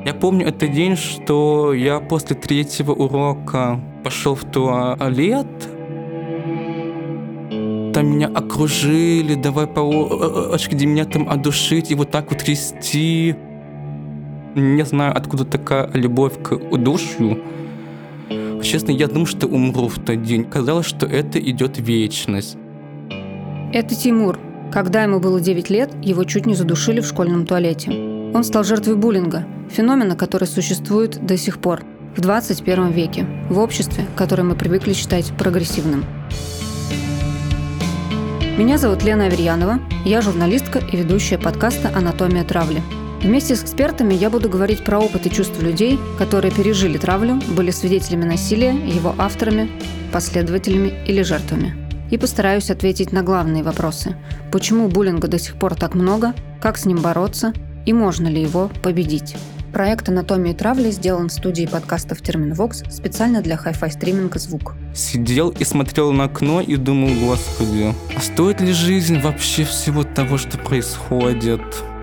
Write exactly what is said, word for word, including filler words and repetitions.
Я помню этот день, что я после третьего урока пошел в туалет. Там меня окружили, давай по очереди меня там одушить и вот так вот трясти. Не знаю, откуда такая любовь к удушью. Честно, я думал, что умру в тот день. Казалось, что это идет вечность. Это Тимур. Когда ему было девять лет, его чуть не задушили в школьном туалете. Он стал жертвой буллинга, феномена, который существует до сих пор, в двадцать первом веке, в обществе, которое мы привыкли считать прогрессивным. Меня зовут Лена Аверьянова, я журналистка и ведущая подкаста «Анатомия травли». Вместе с экспертами я буду говорить про опыт и чувства людей, которые пережили травлю, были свидетелями насилия, его авторами, последователями или жертвами. И постараюсь ответить на главные вопросы. Почему буллинга до сих пор так много, как с ним бороться и можно ли его победить? Проект «Анатомия травли» сделан в студии подкастов «Терминвокс» специально для хай-фай стриминга «Звук». Сидел и смотрел на окно и думал, господи, а стоит ли жизнь вообще всего того, что происходит?